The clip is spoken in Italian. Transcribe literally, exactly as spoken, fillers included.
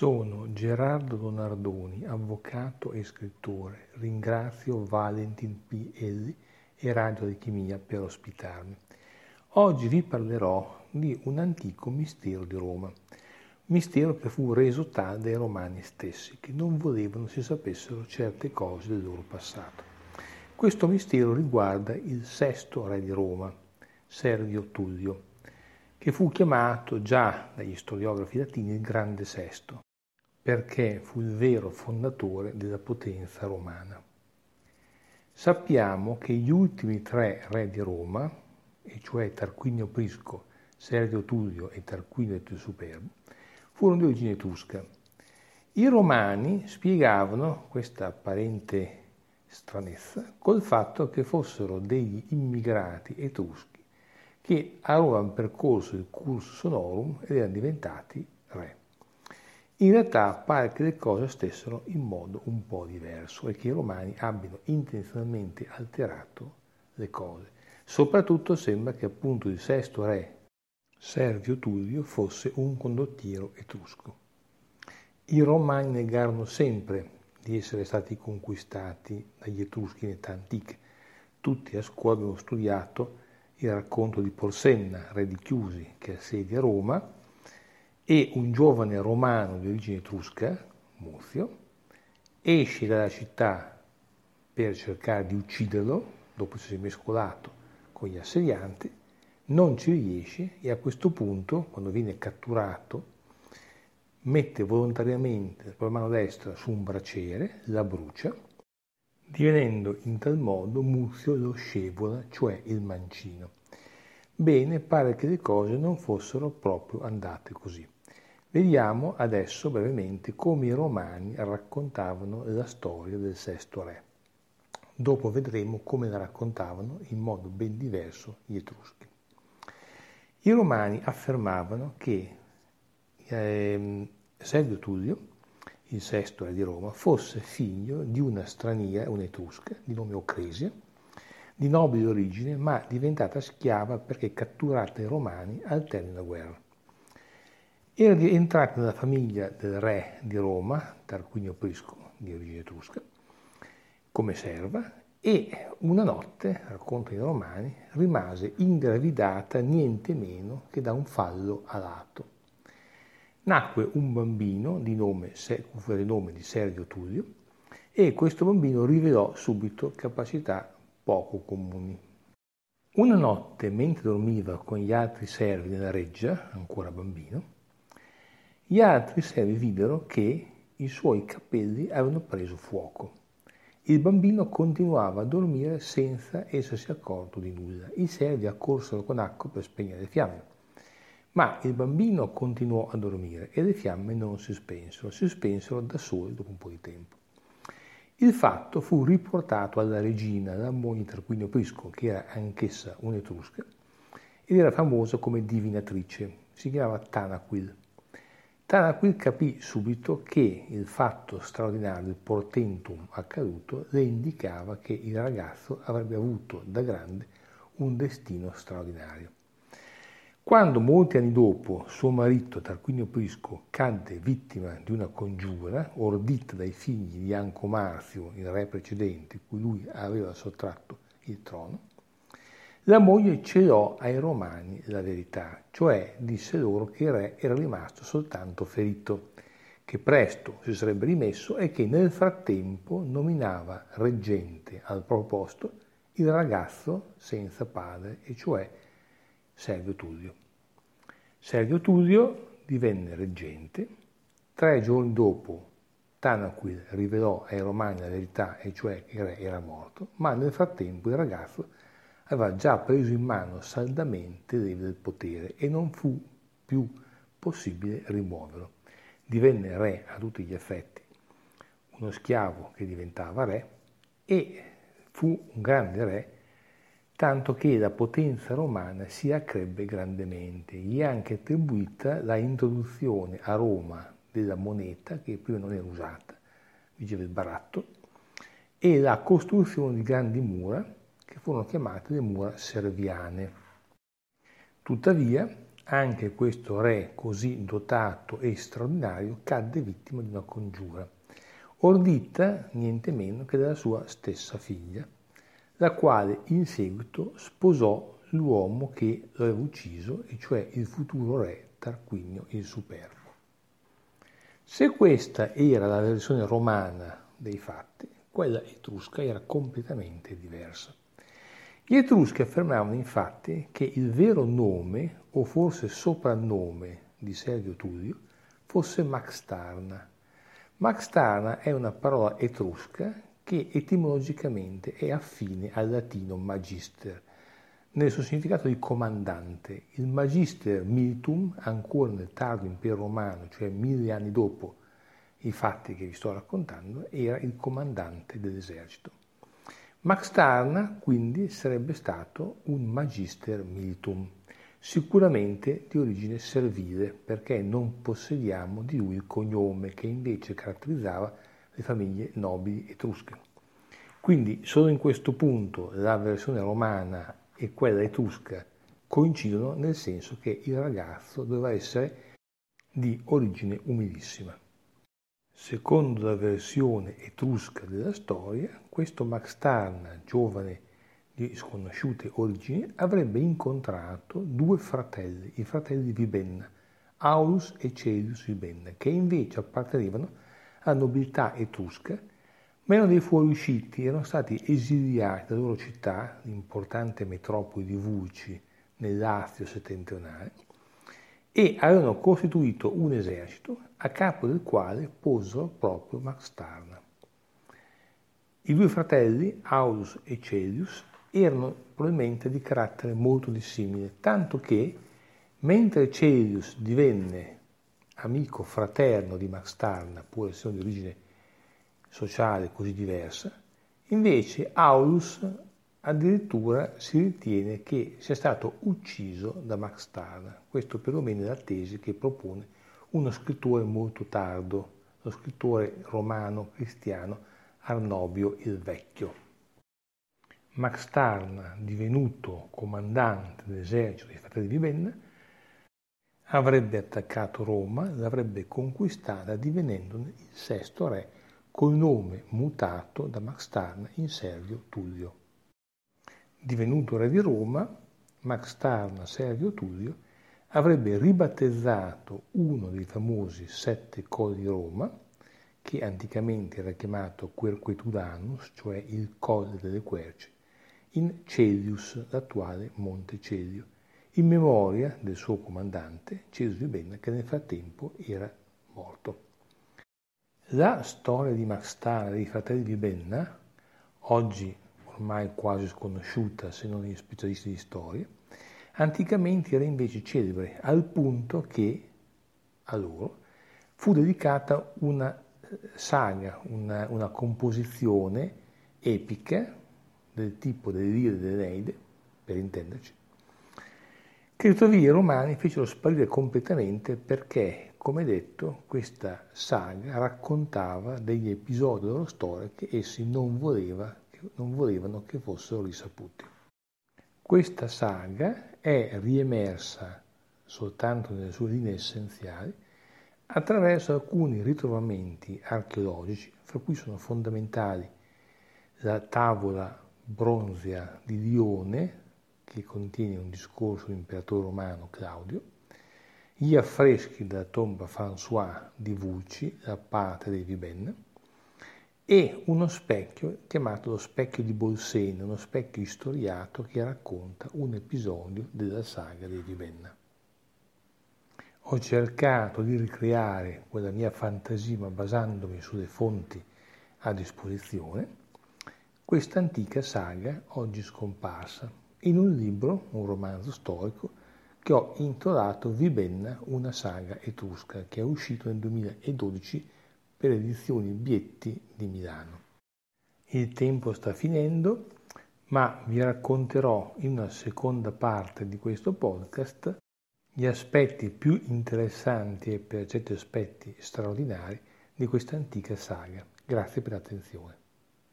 Sono Gerardo Donardoni, avvocato e scrittore. Ringrazio Valentin P. Elli e Radio Alchimia per ospitarmi. Oggi vi parlerò di un antico mistero di Roma, mistero che fu reso tale dai romani stessi, che non volevano si sapessero certe cose del loro passato. Questo mistero riguarda il sesto re di Roma, Servio Tullio, che fu chiamato già dagli storiografi latini il Grande Sesto, perché fu il vero fondatore della potenza romana. Sappiamo che gli ultimi tre re di Roma, e cioè Tarquinio Prisco, Servio Tullio e Tarquinio il Superbo, furono di origine etrusca. I romani spiegavano questa apparente stranezza col fatto che fossero degli immigrati etruschi che avevano percorso il cursus honorum ed erano diventati re. In realtà pare che le cose stessero in modo un po' diverso e che i romani abbiano intenzionalmente alterato le cose. Soprattutto sembra che appunto il sesto re, Servio Tullio, fosse un condottiero etrusco. I romani negarono sempre di essere stati conquistati dagli etruschi in età antica. Tutti a scuola abbiamo studiato il racconto di Porsenna, re di Chiusi, che assedia Roma, e un giovane romano di origine etrusca, Muzio, esce dalla città per cercare di ucciderlo, dopo essersi mescolato con gli assedianti, non ci riesce e a questo punto, quando viene catturato, mette volontariamente la propria mano destra su un braciere, la brucia, divenendo in tal modo Muzio lo scevola, cioè il mancino. Bene, pare che le cose non fossero proprio andate così. Vediamo adesso brevemente come i romani raccontavano la storia del sesto re. Dopo vedremo come la raccontavano in modo ben diverso gli etruschi. I romani affermavano che eh, Servio Tullio, il sesto re di Roma, fosse figlio di una straniera, un'etrusca, di nome Ocresia, di nobile origine, ma diventata schiava perché catturata dai romani al termine della guerra. Era entrata nella famiglia del re di Roma, Tarquinio Prisco, di origine etrusca, come serva, e una notte, raccontano i romani, rimase ingravidata niente meno che da un fallo alato. Nacque un bambino di nome, di nome di Servio Tullio e questo bambino rivelò subito capacità poco comuni. Una notte, mentre dormiva con gli altri servi nella reggia, ancora bambino, gli altri servi videro che i suoi capelli avevano preso fuoco. Il bambino continuava a dormire senza essersi accorto di nulla. I servi accorsero con acqua per spegnere le fiamme. Ma il bambino continuò a dormire e le fiamme non si spensero, si spensero da sole dopo un po' di tempo. Il fatto fu riportato alla regina, la moglie di Tarquinio Prisco, che era anch'essa un'etrusca, ed era famosa come divinatrice, si chiamava Tanaquil. Tanaquil capì subito che il fatto straordinario, il portentum accaduto, le indicava che il ragazzo avrebbe avuto da grande un destino straordinario. Quando molti anni dopo suo marito Tarquinio Prisco cadde vittima di una congiura ordita dai figli di Anco Marzio, il re precedente, cui lui aveva sottratto il trono, la moglie celò ai romani la verità, cioè disse loro che il re era rimasto soltanto ferito, che presto si sarebbe rimesso e che nel frattempo nominava reggente al proprio posto il ragazzo senza padre, e cioè Servio Tullio. Servio Tullio divenne reggente. Tre giorni dopo Tanaquil rivelò ai romani la verità, e cioè che il re era morto, ma nel frattempo il ragazzo aveva già preso in mano saldamente le redini del potere e non fu più possibile rimuoverlo. Divenne re a tutti gli effetti, uno schiavo che diventava re, e fu un grande re, tanto che la potenza romana si accrebbe grandemente. Gli è anche attribuita la introduzione a Roma della moneta, che prima non era usata, vigeva il baratto, e la costruzione di grandi mura, che furono chiamate le mura serviane. Tuttavia, anche questo re così dotato e straordinario cadde vittima di una congiura, ordita niente meno che dalla sua stessa figlia, la quale in seguito sposò l'uomo che lo aveva ucciso, e cioè il futuro re Tarquinio il Superbo. Se questa era la versione romana dei fatti, quella etrusca era completamente diversa. Gli Etruschi affermavano infatti che il vero nome, o forse soprannome, di Servio Tullio fosse Maxtarna. Maxtarna è una parola etrusca che etimologicamente è affine al latino magister, nel suo significato di comandante. Il magister militum, ancora nel tardo impero romano, cioè mille anni dopo i fatti che vi sto raccontando, era il comandante dell'esercito. Maxtarna quindi sarebbe stato un magister militum, sicuramente di origine servile, perché non possediamo di lui il cognome che invece caratterizzava le famiglie nobili etrusche. Quindi solo in questo punto la versione romana e quella etrusca coincidono, nel senso che il ragazzo doveva essere di origine umilissima. Secondo la versione etrusca della storia, questo Maxtarna, giovane di sconosciute origini, avrebbe incontrato due fratelli, i fratelli Vibenna, Aulus e Celius Vibenna, che invece appartenevano alla nobiltà etrusca, ma erano dei fuoriusciti, erano stati esiliati dalla loro città, l'importante metropoli di Vulci, nel Lazio settentrionale, e avevano costituito un esercito a capo del quale posero proprio Maxtarna. I due fratelli, Aulus e Celius, erano probabilmente di carattere molto dissimile, tanto che, mentre Celius divenne amico fraterno di Maxtarna, pur essendo di origine sociale così diversa, invece Aulus addirittura si ritiene che sia stato ucciso da Maxtarna. Questo perlomeno è la tesi che propone uno scrittore molto tardo, lo scrittore romano cristiano Arnobio il Vecchio. Maxtarna, divenuto comandante dell'esercito dei fratelli Vibenna, avrebbe attaccato Roma, l'avrebbe conquistata divenendone il sesto re, col nome mutato da Maxtarna in Servio Tullio. Divenuto re di Roma, Maxtarna Servio Tullio avrebbe ribattezzato uno dei famosi sette colli di Roma, che anticamente era chiamato Querquetudanus, cioè il Colle delle Querci, in Celius, l'attuale Monte Celio, in memoria del suo comandante, Celius Vibenna, che nel frattempo era morto. La storia di Maxtarna dei fratelli Vibenna, oggi ormai quasi sconosciuta se non agli specialisti di storia, anticamente era invece celebre, al punto che a loro fu dedicata una saga, una, una composizione epica del tipo delle Iliade e dell'Eneide, per intenderci, che tuttavia i romani fecero sparire completamente perché, come detto, questa saga raccontava degli episodi della loro storia che essi non, voleva, non volevano che fossero risaputi. Questa saga è riemersa soltanto nelle sue linee essenziali attraverso alcuni ritrovamenti archeologici, fra cui sono fondamentali la tavola bronzea di Lione, che contiene un discorso dell'imperatore romano Claudio, gli affreschi della tomba François di Vulci, da parte dei Vibenna, e uno specchio chiamato lo specchio di Bolsena, uno specchio istoriato che racconta un episodio della saga dei Vibenna. Ho cercato di ricreare quella mia fantasia, ma basandomi sulle fonti a disposizione, questa antica saga oggi scomparsa in un libro, un romanzo storico, che ho intitolato Vibenna, una saga etrusca, che è uscito nel duemiladodici per le edizioni Bietti di Milano. Il tempo sta finendo, ma vi racconterò in una seconda parte di questo podcast gli aspetti più interessanti e per certi aspetti straordinari di questa antica saga. Grazie per l'attenzione.